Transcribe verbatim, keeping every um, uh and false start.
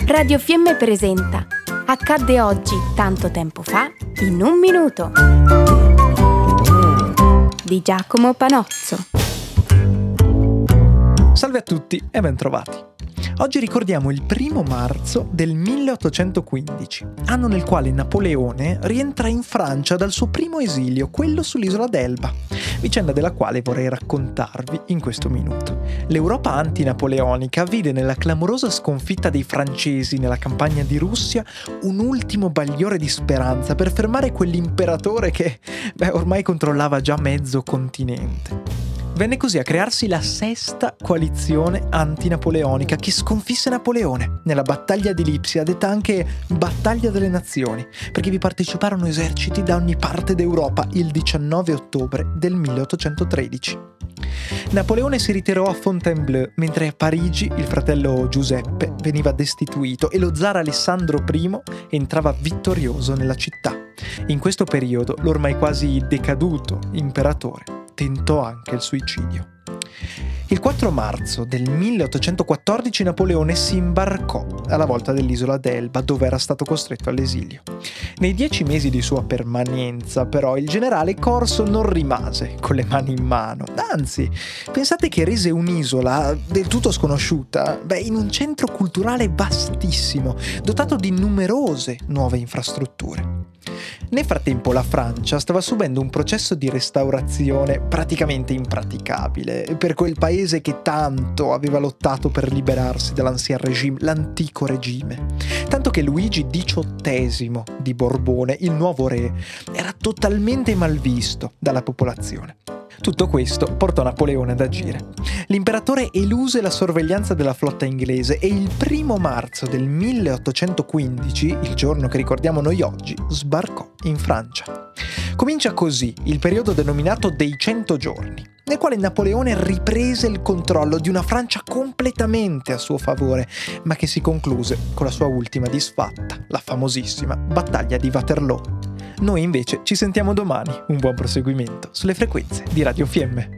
Radio Fiemme presenta Accadde oggi, tanto tempo fa, in un minuto di Giacomo Panozzo. Salve a tutti e bentrovati. Oggi ricordiamo il primo marzo del milleottocentoquindici, anno nel quale Napoleone rientra in Francia dal suo primo esilio, quello sull'isola d'Elba, vicenda della quale vorrei raccontarvi in questo minuto. L'Europa antinapoleonica vide nella clamorosa sconfitta dei francesi nella campagna di Russia un ultimo bagliore di speranza per fermare quell'imperatore che, beh, ormai controllava già mezzo continente. Venne così a crearsi la sesta coalizione antinapoleonica che sconfisse Napoleone nella battaglia di Lipsia, detta anche Battaglia delle Nazioni, perché vi parteciparono eserciti da ogni parte d'Europa il diciannove ottobre del milleottocentotredici. Napoleone si ritirò a Fontainebleau, mentre a Parigi il fratello Giuseppe veniva destituito e lo zar Alessandro I entrava vittorioso nella città. In questo periodo l'ormai quasi decaduto imperatore tentò anche il suicidio. Il quattro marzo del milleottocentoquattordici Napoleone si imbarcò alla volta dell'isola d'Elba, dove era stato costretto all'esilio. Nei dieci mesi di sua permanenza, però, il generale corso non rimase con le mani in mano. Anzi, pensate che rese un'isola del tutto sconosciuta, beh, in un centro culturale vastissimo, dotato di numerose nuove infrastrutture. Nel frattempo la Francia stava subendo un processo di restaurazione praticamente impraticabile per quel paese che tanto aveva lottato per liberarsi dall'ancien regime, l'antico regime. Tanto che Luigi diciottesimo di Borbone, il nuovo re, era totalmente malvisto dalla popolazione. Tutto questo portò Napoleone ad agire. L'imperatore eluse la sorveglianza della flotta inglese e il primo marzo del milleottocentoquindici, il giorno che ricordiamo noi oggi, sbarcò in Francia. Comincia così il periodo denominato dei cento giorni, nel quale Napoleone riprese il controllo di una Francia completamente a suo favore, ma che si concluse con la sua ultima disfatta, la famosissima battaglia di Waterloo. Noi invece ci sentiamo domani. Un buon proseguimento sulle frequenze di Radio Fiemme.